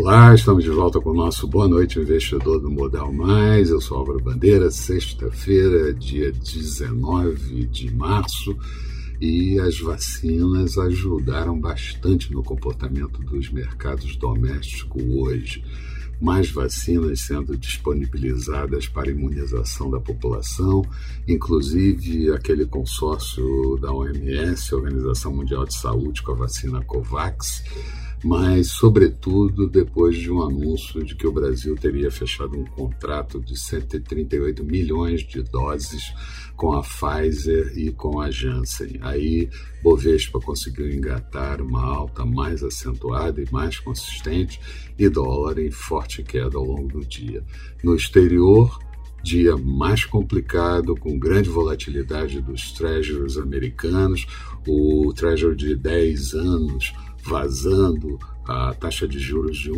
Olá, estamos de volta com o nosso Boa Noite Investidor do Modal Mais. Eu sou Álvaro Bandeira, sexta-feira, dia 19 de março, e as vacinas ajudaram bastante no comportamento dos mercados domésticos hoje. Mais vacinas sendo disponibilizadas para imunização da população, inclusive aquele consórcio da OMS, Organização Mundial de Saúde, com a vacina Covax, mas, sobretudo, depois de um anúncio de que o Brasil teria fechado um contrato de 138 milhões de doses com a Pfizer e com a Janssen. Aí, Bovespa conseguiu engatar uma alta mais acentuada e mais consistente e dólar em forte queda ao longo do dia. No exterior, dia mais complicado, com grande volatilidade dos treasuries americanos, o treasury de 10 anos vazando a taxa de juros de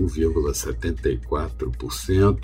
1,74%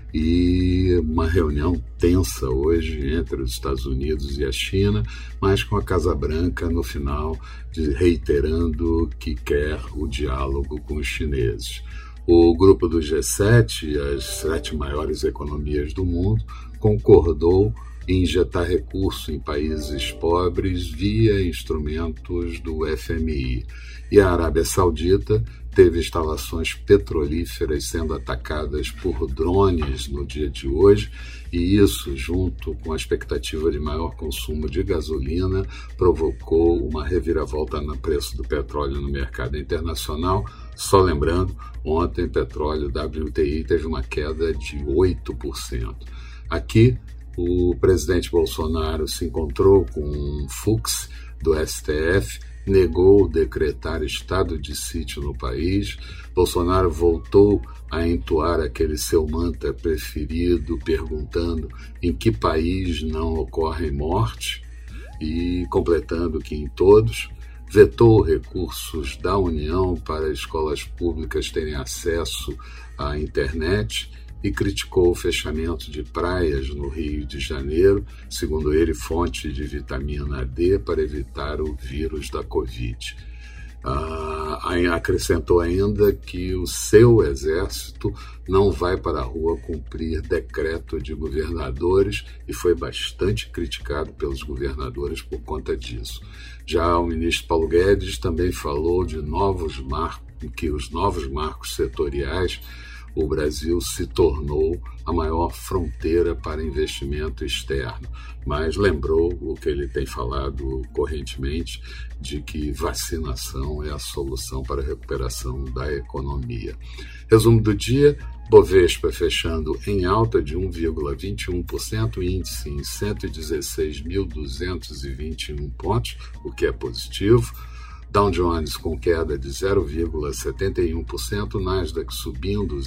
e uma reunião tensa hoje entre os Estados Unidos e a China, mas com a Casa Branca no final reiterando que quer o diálogo com os chineses. O grupo do G7, as 7 maiores economias do mundo, concordou em injetar recurso em países pobres via instrumentos do FMI. E a Arábia Saudita teve instalações petrolíferas sendo atacadas por drones no dia de hoje, e isso, junto com a expectativa de maior consumo de gasolina, provocou uma reviravolta no preço do petróleo no mercado internacional. Só lembrando, ontem o petróleo WTI teve uma queda de 8%. Aqui, o presidente Bolsonaro se encontrou com um Fux do STF, negou decretar estado de sítio no país. Bolsonaro voltou a entoar aquele seu mantra preferido, perguntando em que país não ocorre morte, e completando que em todos. Vetou recursos da União para escolas públicas terem acesso à internet e criticou o fechamento de praias no Rio de Janeiro, segundo ele, fonte de vitamina D para evitar o vírus da Covid. Acrescentou ainda que o seu exército não vai para a rua cumprir decreto de governadores e foi bastante criticado pelos governadores por conta disso. Já o ministro Paulo Guedes também falou de que os novos marcos setoriais, o Brasil se tornou a maior fronteira para investimento externo, mas lembrou o que ele tem falado correntemente, de que vacinação é a solução para a recuperação da economia. Resumo do dia: Bovespa fechando em alta de 1,21%, índice em 116.221 pontos, o que é positivo. Dow Jones com queda de 0,71%, Nasdaq subindo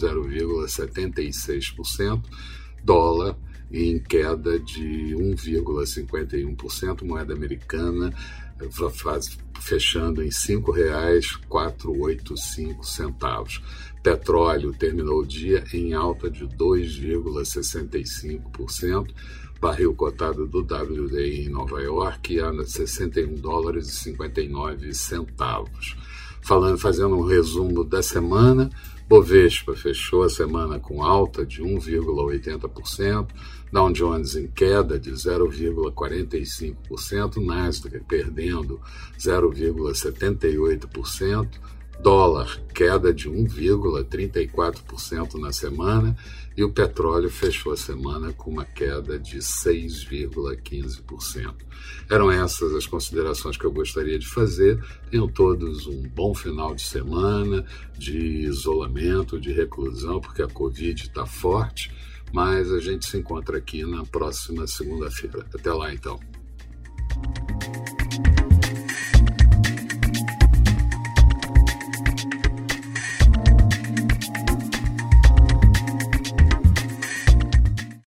0,76%, dólar em queda de 1,51%, moeda americana fechando em R$ 5,485. Petróleo terminou o dia em alta de 2,65%, barril cotado do WTI em Nova York a $61,59. Fazendo um resumo da semana, Bovespa fechou a semana com alta de 1,80%, Dow Jones em queda de 0,45%, Nasdaq perdendo 0,78%, dólar queda de 1,34% na semana e o petróleo fechou a semana com uma queda de 6,15%. Eram essas as considerações que eu gostaria de fazer. Tenham todos um bom final de semana, de isolamento, de reclusão, porque a Covid está forte, mas a gente se encontra aqui na próxima segunda-feira. Até lá, então.